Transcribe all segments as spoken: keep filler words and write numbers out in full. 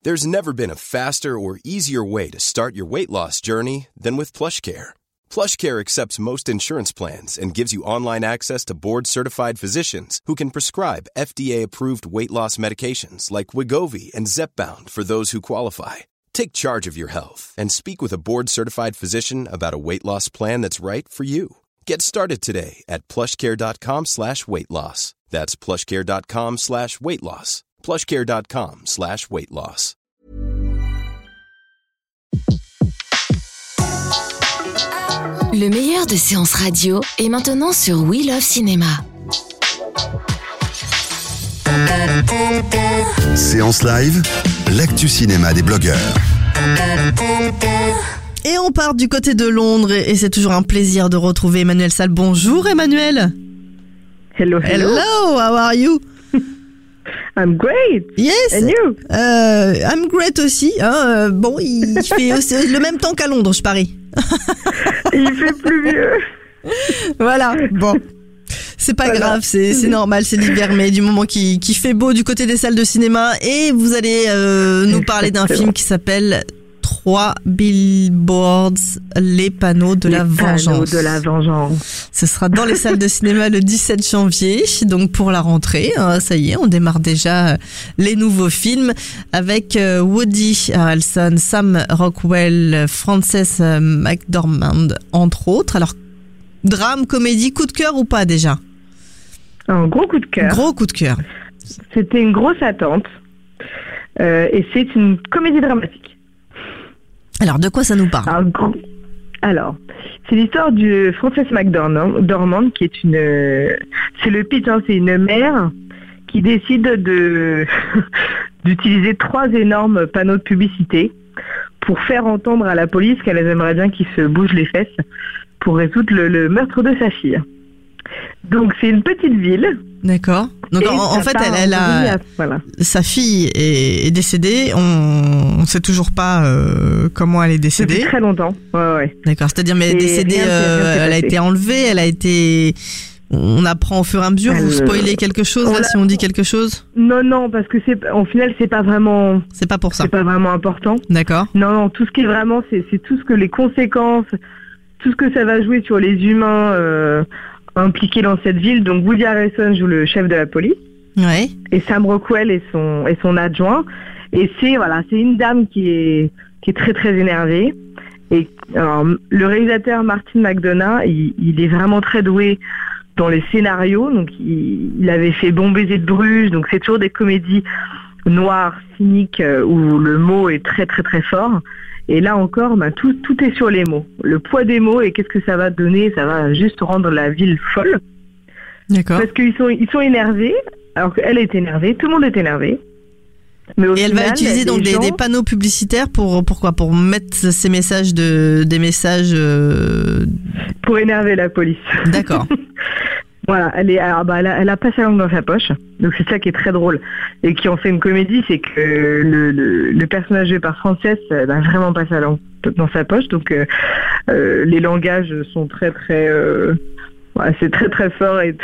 There's never been a faster or easier way to start your weight loss journey than with PlushCare. PlushCare accepts most insurance plans and gives you online access to board-certified physicians who can prescribe F D A-approved weight loss medications like Wegovy and Zepbound for those who qualify. Take charge of your health and speak with a board-certified physician about a weight loss plan that's right for you. Get started today at plushcare.com slash weight loss. That's plushcare.com slash weight loss. plushcare.com slash weight loss. Le meilleur de séances radio est maintenant sur We Love Cinéma. Séance live, l'actu cinéma des blogueurs. Et on part du côté de Londres et c'est toujours un plaisir de retrouver Emmanuel Salle. Bonjour Emmanuel. Hello, hello. Hello, how are you? I'm great. Yes. And you? Euh, I'm great aussi. Hein. Bon, il fait aussi le même temps qu'à Londres, je parie. Il fait pluvieux. Voilà, bon. C'est pas voilà. grave, c'est, c'est normal, c'est l'hiver, mais du moment qu'il, qu'il fait beau du côté des salles de cinéma. Et vous allez euh, nous parler d'un film qui s'appelle Trois billboards, les panneaux de les la vengeance. Panneaux de la vengeance. Ce sera dans les salles de cinéma le dix-sept janvier, donc pour la rentrée. Hein, ça y est, on démarre déjà les nouveaux films avec Woody Harrelson, Sam Rockwell, Frances McDormand, entre autres. Alors, drame, comédie, coup de cœur ou pas déjà? Un gros coup de cœur. Gros coup de cœur. C'était une grosse attente. Euh, et c'est une comédie dramatique. Alors, de quoi ça nous parle? Alors, alors c'est l'histoire de Frances McDormand, qui est une... C'est le pitch, hein, c'est une mère qui décide de d'utiliser trois énormes panneaux de publicité pour faire entendre à la police qu'elle aimerait bien qu'ils se bougent les fesses pour résoudre le, le meurtre de sa fille. Donc, c'est une petite ville. D'accord. Donc, en, en fait, elle, elle a... Voilà. Sa fille est, est décédée. On ne sait toujours pas euh, comment elle est décédée. Depuis très longtemps. Ouais, ouais. D'accord. C'est-à-dire, mais elle est décédée, rien, euh, rien elle a été enlevée, elle a été... On apprend au fur et à mesure. Elle... Vous spoilez quelque chose, là, si on dit quelque chose? Non, non, parce que c'est, au final, c'est pas vraiment... C'est pas pour ça. C'est pas vraiment important. D'accord. Non, non, tout ce qui est vraiment, c'est, c'est tout ce que les conséquences, tout ce que ça va jouer sur les humains... Euh, impliqué dans cette ville. Donc Woody Harrelson joue le chef de la police. Ouais. Et Sam Rockwell est son est son adjoint. Et c'est voilà, c'est une dame qui est qui est très très énervée. Et alors, le réalisateur Martin McDonagh, il, il est vraiment très doué dans les scénarios. Donc il, il avait fait Bon baiser de Bruges. Donc c'est toujours des comédies noires, cyniques, où le mot est très très très fort. Et là encore, bah, tout, tout est sur les mots. Le poids des mots et qu'est-ce que ça va donner? Ça va juste rendre la ville folle. D'accord. Parce qu'ils sont, ils sont énervés, alors qu'elle est énervée, tout le monde est énervé. Mais au et final, elle va utiliser donc des, gens... des panneaux publicitaires pour pourquoi? Pour mettre ces messages de des messages. Euh... Pour énerver la police. D'accord. Voilà, elle est, alors bah, elle, a, elle a pas sa langue dans sa poche, donc c'est ça qui est très drôle et qui en fait une comédie, c'est que le, le, le personnage joué par Frances n'a vraiment pas sa langue dans sa poche, donc euh, euh, les langages sont très très, euh, ouais, c'est très très fort et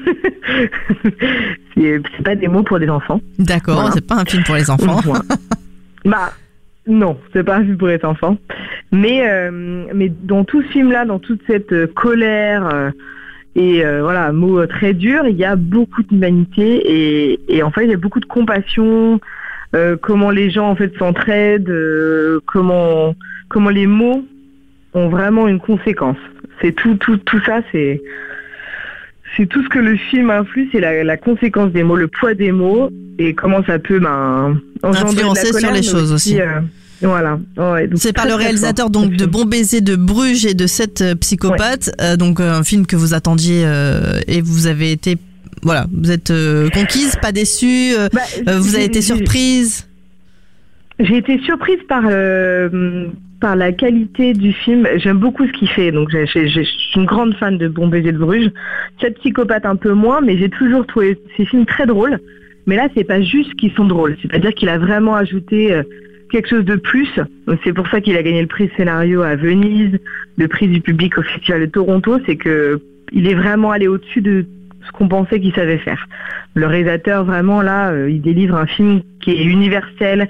c'est, c'est pas des mots pour des enfants. D'accord, voilà. C'est pas un film pour les enfants. Bah non, c'est pas un film pour les enfants, mais euh, mais dans tout ce film-là, dans toute cette euh, colère. Euh, Et euh, voilà, mot euh, très dur, il y a beaucoup d'humanité et, et en fait il y a beaucoup de compassion, euh, comment les gens en fait s'entraident, euh, comment comment les mots ont vraiment une conséquence. C'est tout tout tout ça, c'est c'est tout ce que le film influe, c'est la, la conséquence des mots, le poids des mots et comment ça peut ben influencer colère, sur les choses aussi. aussi. Euh, Voilà. Ouais, donc c'est par le réalisateur donc de Bon baiser de Bruges et de Sept psychopathes, ouais. euh, donc euh, un film que vous attendiez euh, et vous avez été voilà, vous êtes euh, conquise, pas déçue, euh, bah, euh, vous avez été surprise. J'ai été surprise par euh, par la qualité du film. J'aime beaucoup ce qu'il fait, donc j'ai, j'ai, je suis une grande fan de Bon baiser de Bruges. Sept psychopathes un peu moins, mais j'ai toujours trouvé ces films très drôles. Mais là, c'est pas juste qu'ils sont drôles, c'est-à-dire qu'il a vraiment ajouté euh, quelque chose de plus. Donc c'est pour ça qu'il a gagné le prix scénario à Venise, le prix du public au Festival de Toronto, c'est que il est vraiment allé au-dessus de ce qu'on pensait qu'il savait faire. Le réalisateur vraiment là, euh, il délivre un film qui est universel,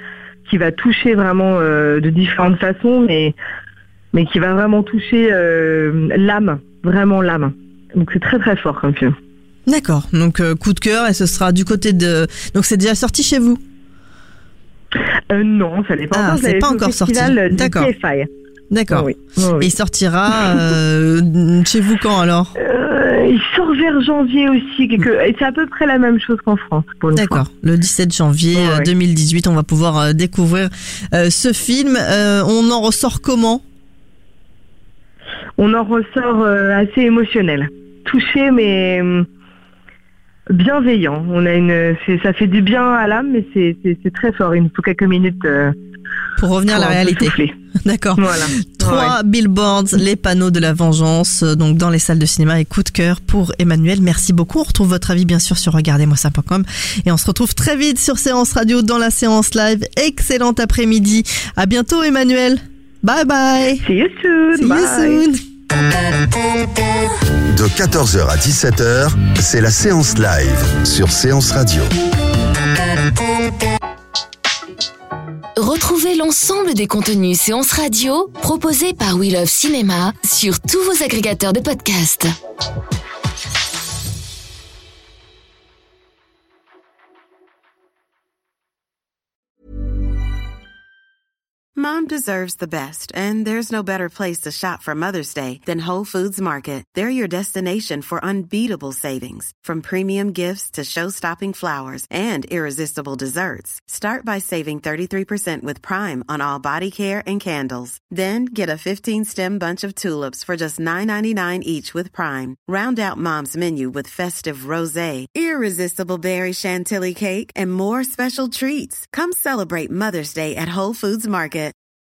qui va toucher vraiment euh, de différentes façons, mais mais qui va vraiment toucher euh, l'âme, vraiment l'âme. Donc c'est très très fort comme film. D'accord, donc euh, coup de cœur et ce sera du côté de... Donc c'est déjà sorti chez vous? euh, Non, ça n'est pas ah, encore, c'est pas encore sorti. D'accord. T F I. D'accord. Oh oui. Oh oui. Et il sortira euh, chez vous quand alors? euh, Il sort vers janvier aussi, quelque... et c'est à peu près la même chose qu'en France. Pour une D'accord, fois. le dix-sept janvier oh, ouais. deux mille dix-huit, on va pouvoir euh, découvrir euh, ce film. Euh, on en ressort comment? On en ressort euh, assez émotionnel, touché mais euh, bienveillant. On a une, c'est, ça fait du bien à l'âme, mais c'est, c'est, c'est très fort. Il nous faut quelques minutes euh, pour revenir pour à la réalité. Souffler. D'accord. Voilà. Trois ouais. billboards, les panneaux de la vengeance, donc dans les salles de cinéma, et coup de cœur pour Emmanuel. Merci beaucoup. On retrouve votre avis bien sûr sur regardez moi ça point com et on se retrouve très vite sur Séance Radio dans la séance live. Excellent après-midi. À bientôt Emmanuel. Bye bye. See you soon. See Bye. you soon. De quatorze heures à dix-sept heures, c'est la séance live sur Séance Radio. Retrouvez l'ensemble des contenus Séance Radio proposés par We Love Cinéma sur tous vos agrégateurs de podcasts. Mom deserves the best, and there's no better place to shop for Mother's Day than Whole Foods Market. They're your destination for unbeatable savings, from premium gifts to show-stopping flowers and irresistible desserts. Start by saving thirty-three percent with Prime on all body care and candles. Then get a fifteen-stem bunch of tulips for just nine ninety-nine each with Prime. Round out Mom's menu with festive rosé, irresistible berry chantilly cake, and more special treats. Come celebrate Mother's Day at Whole Foods Market.